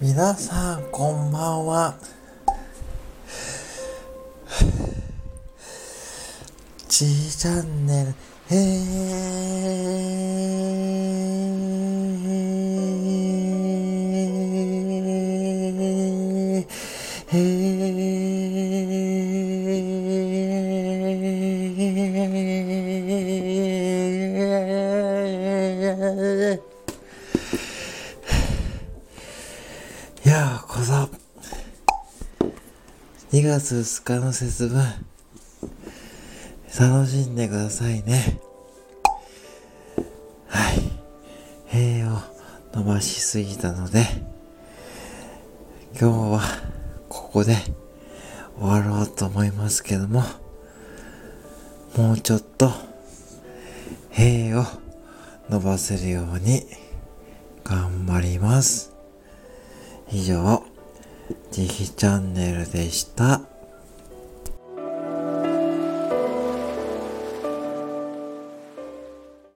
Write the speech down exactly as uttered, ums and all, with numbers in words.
皆さんこんばんは。ちーチャンネルへーへーようこそ。にがつふつかの節分楽しんでくださいね。はい。塀を伸ばしすぎたので、今日はここで終わろうと思いますけども、もうちょっと塀を伸ばせるように頑張ります。以上、ジヒチャンネルでした。